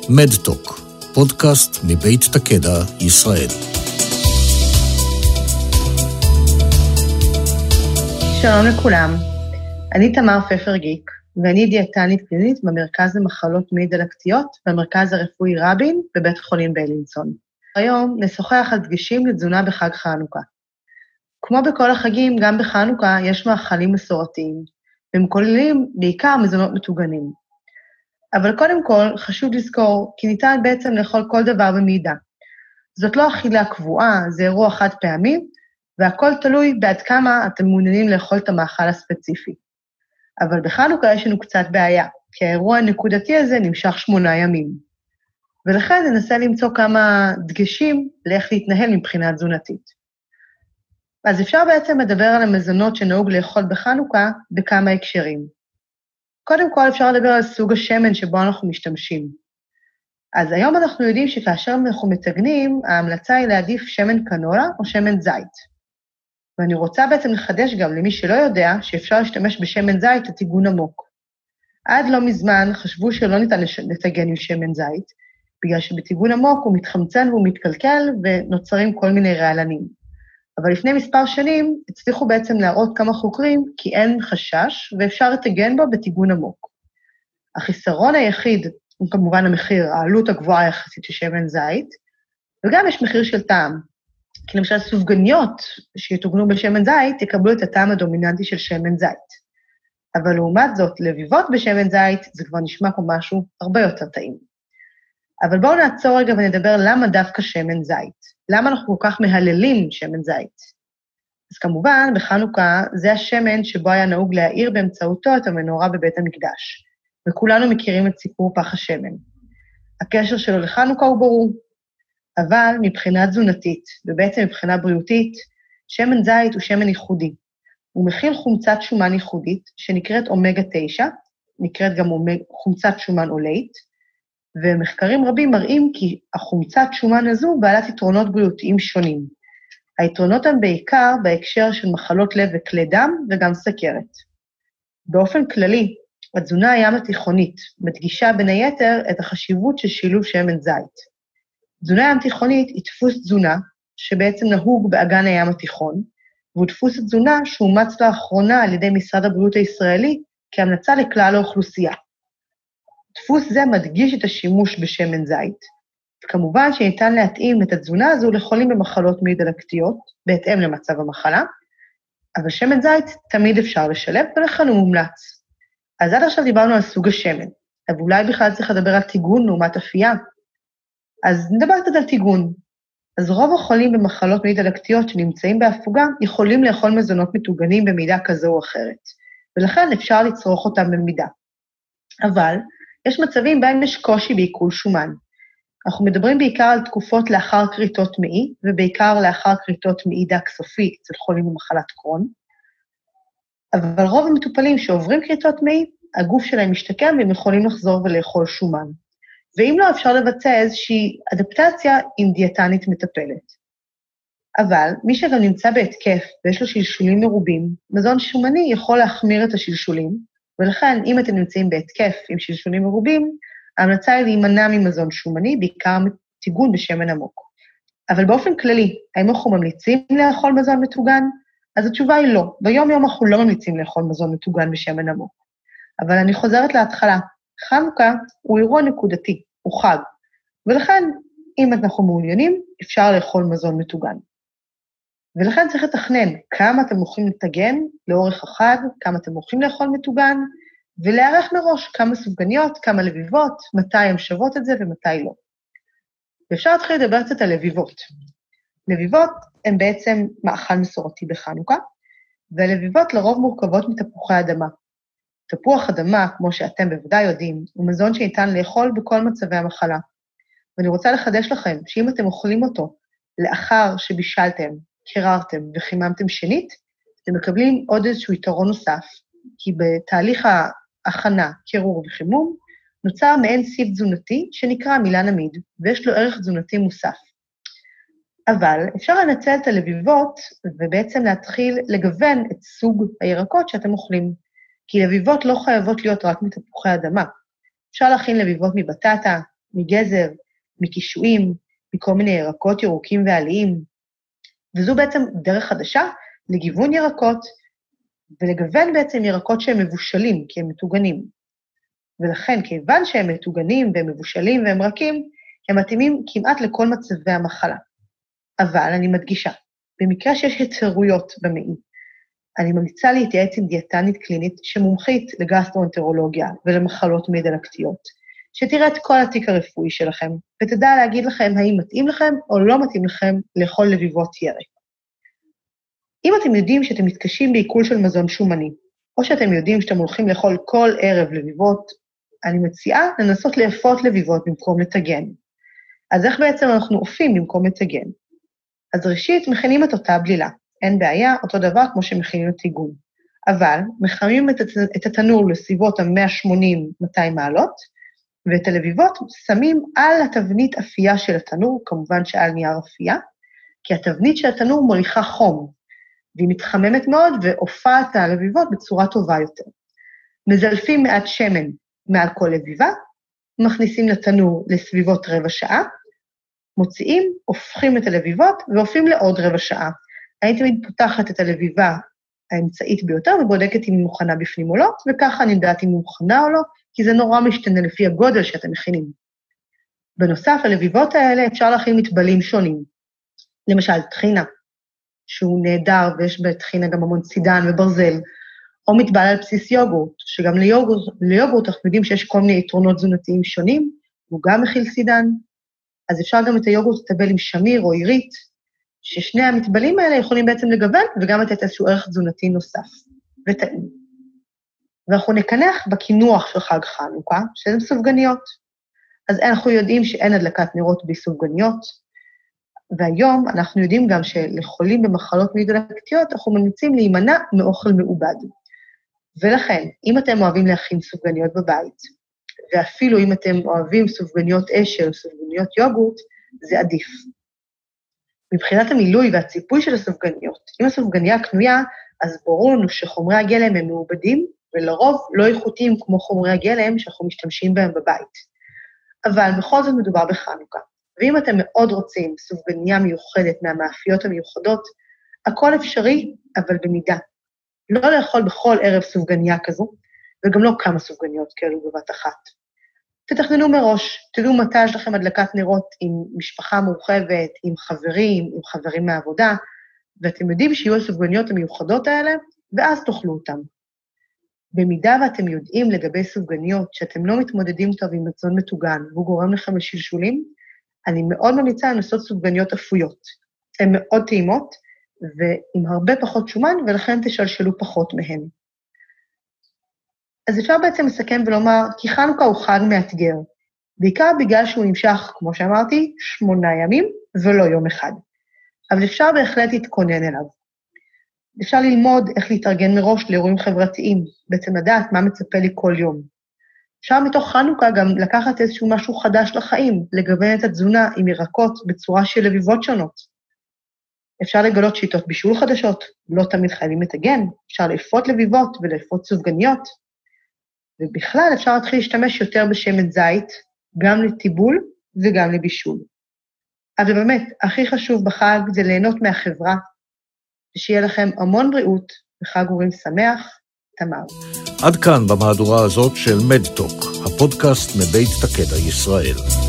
מדטוק, פודקאסט מבית תקדע, ישראל. שלום לכולם, אני תמר פפר-גיק, ואני דיאטנית קלינית במרכז למחלות מעי דלקתיות במרכז הרפואי רבין בבית חולים בילינסון. היום נשוחח על דגשים לתזונה בחג חנוכה. כמו בכל החגים, גם בחנוכה יש מאכלים מסורתיים, והם כוללים בעיקר מזונות מטוגנים. אבל קודם כל, חשוב לזכור כי ניתן בעצם לאכול כל דבר במידה. זאת לא אכילה קבועה, זה אירוע חד פעמי, והכל תלוי בעד כמה אתם מעוניינים לאכול את המאכל הספציפי. אבל בחנוכה יש לנו קצת בעיה, כי האירוע הנקודתי הזה נמשך 8 ימים. ולכן ננסה למצוא כמה דגשים לאיך להתנהל מבחינה תזונתית. אז אפשר בעצם לדבר על המזונות שנהוג לאכול בחנוכה בכמה הקשרים. קודם כל אפשר לדבר על סוג השמן שבו אנחנו משתמשים. אז היום אנחנו יודעים שכאשר אנחנו מטגנים, ההמלצה היא להעדיף שמן קנולה או שמן זית. ואני רוצה בעצם לחדש גם למי שלא יודע שאפשר להשתמש בשמן זית לטיגון עמוק. עד לא מזמן חשבו שלא ניתן לטגן עם שמן זית, בגלל שבטיגון עמוק הוא מתחמצן והוא מתקלקל ונוצרים כל מיני רעלנים. אבל לפני מספר שנים הצליחו בעצם להראות כמה חוקרים כי אין חשש ואפשר לטגן בו בטיגון עמוק. החיסרון היחיד הוא כמובן המחיר, העלות הגבוהה יחסית של שמן זית, וגם יש מחיר של טעם. כי למשל סופגניות שיתוגנו בשמן זית יקבלו את הטעם הדומיננטי של שמן זית. אבל לעומת זאת, לביבות בשמן זית זה כבר נשמע כמו משהו הרבה יותר טעים. אבל בואו נעצור רגע ונדבר למה דווקא שמן זית. למה אנחנו כל כך מהללים שמן זית? אז כמובן, בחנוכה זה השמן שבו היה נהוג להאיר באמצעותו את המנורה בבית המקדש. וכולנו מכירים את סיפור פח השמן. הקשר שלו לחנוכה הוא ברור. אבל מבחינה תזונתית, ובעצם מבחינה בריאותית, שמן זית הוא שמן ייחודי. הוא מכיל חומצת שומן ייחודית, שנקראת אומגה 9, נקראת גם חומצת שומן אולית, ומחקרים רבים מראים כי החומצת שומן הזו בעלת יתרונות בריאותיים שונים. היתרונות הם בעיקר בהקשר של מחלות לב וכלי דם, וגם סכרת. באופן כללי, התזונה הים התיכונית מדגישה בין היתר את החשיבות של שילוב שמן זית. תזונה ים תיכונית היא דפוס תזונה שבעצם נהוג באגן הים התיכון, והוא דפוס תזונה שאומץ לאחרונה על ידי משרד הבריאות הישראלי כהמלצה לכלל האוכלוסייה. דפוס זה מדגיש את השימוש בשמן זית, וכמובן שניתן להתאים את התזונה הזו לחולים במחלות מעי דלקתיות, בהתאם למצב המחלה, אבל שמן זית תמיד אפשר לשלב, ולכן הוא מומלץ. אז עד עכשיו דיברנו על סוג השמן, אבל אולי בכלל צריך לדבר על טיגון לעומת אפייה. אז נדבר קצת על טיגון. אז רוב החולים במחלות מעי דלקתיות שנמצאים בהפוגה יכולים לאכול מזונות מטוגנים במידה כזו או אחרת, ולכן אפשר לצרוך אותם במידה. אבל יש מצבים בהם יש קושי בעיכול שומן. אנחנו מדברים בעיקר על תקופות לאחר כריתות מעי, ובעיקר לאחר כריתות מעי דק סופי אצל חולים במחלת קרון. אבל רוב המטופלים שעוברים כריתות מעי, הגוף שלהם משתקם והם יכולים לחזור ולאכול שומן. ואם לא, אפשר לבצע איזושהי אדפטציה עם דיאטנית מטפלת. אבל מי שגם נמצא בהתקף ויש לו שלשולים מרובים, מזון שומני יכול להחמיר את השלשולים, ולכן אם אתם נמצאים בהתקף עם שלשולים מרובים, ההמלצה היא להימנע ממזון שומני, בעיקר מטיגון בשמן עמוק. אבל באופן כללי, האם אנחנו ממליצים לאכול מזון מטוגן? אז התשובה היא לא. ביום יום אנחנו לא ממליצים לאכול מזון מטוגן בשמן עמוק. אבל אני חוזרת להתחלה. חנוכה הוא אירוע נקודתי, הוא חג, ולכן אם אנחנו מעוניינים, אפשר לאכול מזון מטוגן. ולכן צריך לתכנן כמה אתם הולכים לטגן לאורך החג, כמה אתם הולכים לאכול מטוגן, ולהערך מראש כמה סופגניות, כמה לביבות, מתי הן שוות את זה ומתי לא. ואפשר להתחיל לדבר קצת על לביבות. לביבות הן בעצם מאכל מסורתי בחנוכה, והלביבות לרוב מורכבות מתפוחי אדמה. תפוח אדמה, כמו שאתם בוודאי יודעים, הוא מזון שניתן לאכול בכל מצבי המחלה. ואני רוצה לחדש לכם שאם אתם אוכלים אותו לאחר שבישלתם, קיררתם וחיממתם שנית, אתם מקבלים עוד איזשהו יתרון נוסף, כי בתהליך ההכנה, קירור וחימום, נוצר מעין סיב תזונתי שנקרא מלנמיד, ויש לו ערך תזונתי מוסף. אבל אפשר לנצל את הלביבות ובעצם להתחיל לגוון את סוג הירקות שאתם אוכלים. כי לביבות לא חייבות להיות רק מתפוחי אדמה. אפשר להכין לביבות מבטטה, מגזר, מקישואים, מכל מיני ירקות ירוקים ועליים, וזו בעצם דרך חדשה לגיוון ירקות, ולגוון בעצם ירקות שהם מבושלים, כי הם מטוגנים. ולכן, כיוון שהם מטוגנים והם מבושלים והם רכים, הם מתאימים כמעט לכל מצבי המחלה. אבל אני מדגישה, במקרה שיש יתרויות במעי, אני ממליצה להתייעץ עם דיאטנית קלינית שמומחית לגסטרואנטרולוגיה ולמחלות מעי דלקתיות, שתראה את כל התיק הרפואי שלכם, ותדע להגיד לכם האם מתאים לכם או לא מתאים לכם לאכול לביבות ירק. אם אתם יודעים שאתם מתקשים בעיכול של מזון שומני, או שאתם יודעים שאתם הולכים לאכול כל ערב לביבות, אני מציעה לנסות לאפות לביבות במקום לטגן. אז איך בעצם אנחנו אופים במקום לטגן? אז ראשית, מכינים את אותה בלילה. אין בעיה, אותו דבר כמו שמכינים את טיגון. אבל מחממים את התנור לסביבות ה-180-200 מעלות, ואת הלביבות שמים על התבנית אפייה של התנור, כמובן שעל נייר אפייה, כי התבנית של התנור מוליכה חום, והיא מתחממת מאוד ואופה את הלביבות בצורה טובה יותר. מזלפים מעט שמן מעל כל לביבה, מכניסים לתנור לסביבות רבע שעה, מוציאים, הופכים את הלביבות ואופים לעוד רבע שעה. אני תמיד פותחת את הלביבה האמצעית ביותר ובודקת אם היא מוכנה בפנים או לא, וככה אני יודעת אם היא מוכנה או לא, כי זה נורא משתנה לפי הגודל שאתם מכינים. בנוסף, הלביבות האלה אפשר להכין מטבלים שונים. למשל, טחינה, שהוא נהדר ויש בטחינה גם המון צידן וברזל, או מטבל על בסיס יוגורט, שגם ליוגורט אנחנו יודעים שיש כל מיני יתרונות תזונתיים שונים, הוא גם מכיל צידן, אז אפשר גם את היוגורט לטבל עם שמיר או עירית, ששני המטבלים האלה יכולים בעצם לגוון, וגם לתת איזשהו ערך תזונתי נוסף, וטעים. ואנחנו נקנח בכינוח של חג חנוכה, שהן סופגניות. אז אנחנו יודעים שאין הדלקת נרות בלי סופגניות, והיום אנחנו יודעים גם שלחולים במחלות מעי דלקתיות, אנחנו ממליצים להימנע מאוכל מעובד. ולכן, אם אתם אוהבים להכין סופגניות בבית, ואפילו אם אתם אוהבים סופגניות אשל או סופגניות יוגורט, זה עדיף. מבחינת המילוי והציפוי של הסופגניות, אם הסופגניה קנויה, אז ברור לנו שחומרי הגלם הם מעובדים, ולרוב לא איכותיים כמו חומרי הגלם שאנחנו משתמשים בהם בבית. אבל בכל זאת מדובר בחנוכה. ואם אתם מאוד רוצים סופגניה מיוחדת מהמאפיות המיוחדות, הכל אפשרי, אבל במידה. לא לאכול בכל ערב סופגניה כזו, וגם לא כמה סופגניות כאלו בבת אחת. תתכננו מראש, תדעו מתי יש לכם הדלקת נרות עם משפחה מורחבת, עם חברים מהעבודה, ואתם יודעים שיהיו הסופגניות המיוחדות האלה, ואז תאכלו אותם. במידה ואתם יודעים לגבי סופגניות שאתם לא מתמודדים טוב עם מזון מטוגן, והוא גורם לכם לשלשולים, אני מאוד ממליצה לנסות סופגניות אפויות. הן מאוד טעימות, ועם הרבה פחות שומן, ולכן תשלשלו פחות מהן. אז אפשר בעצם לסכם ולומר, כי חנוכה הוא חג מאתגר, בעיקר בגלל שהוא נמשך, כמו שאמרתי, 8 ימים, ולא יום אחד. אבל אפשר בהחלט להתכונן אליו. אפשר ללמוד איך להתארגן מראש לאירועים חברתיים, בעצם לדעת מה מצפה לי כל יום. אפשר מתוך חנוכה גם לקחת איזשהו משהו חדש לחיים, לגוון את התזונה עם ירקות בצורה של לביבות שונות. אפשר לגלות שיטות בישול חדשות, לא תמיד חייבים לטגן, אפשר לאפות לביבות ולאפות סופגניות, ובכלל אפשר להתחיל להשתמש יותר בשמן זית, גם לטיבול וגם לבישול. אבל באמת, הכי חשוב בחג זה ליהנות מהחברה, ושיהיה לכם המון בריאות וחג אורים שמח, תמר. עד כאן במהדורה הזאת של מדטוק, הפודקאסט מבית תקדע ישראל.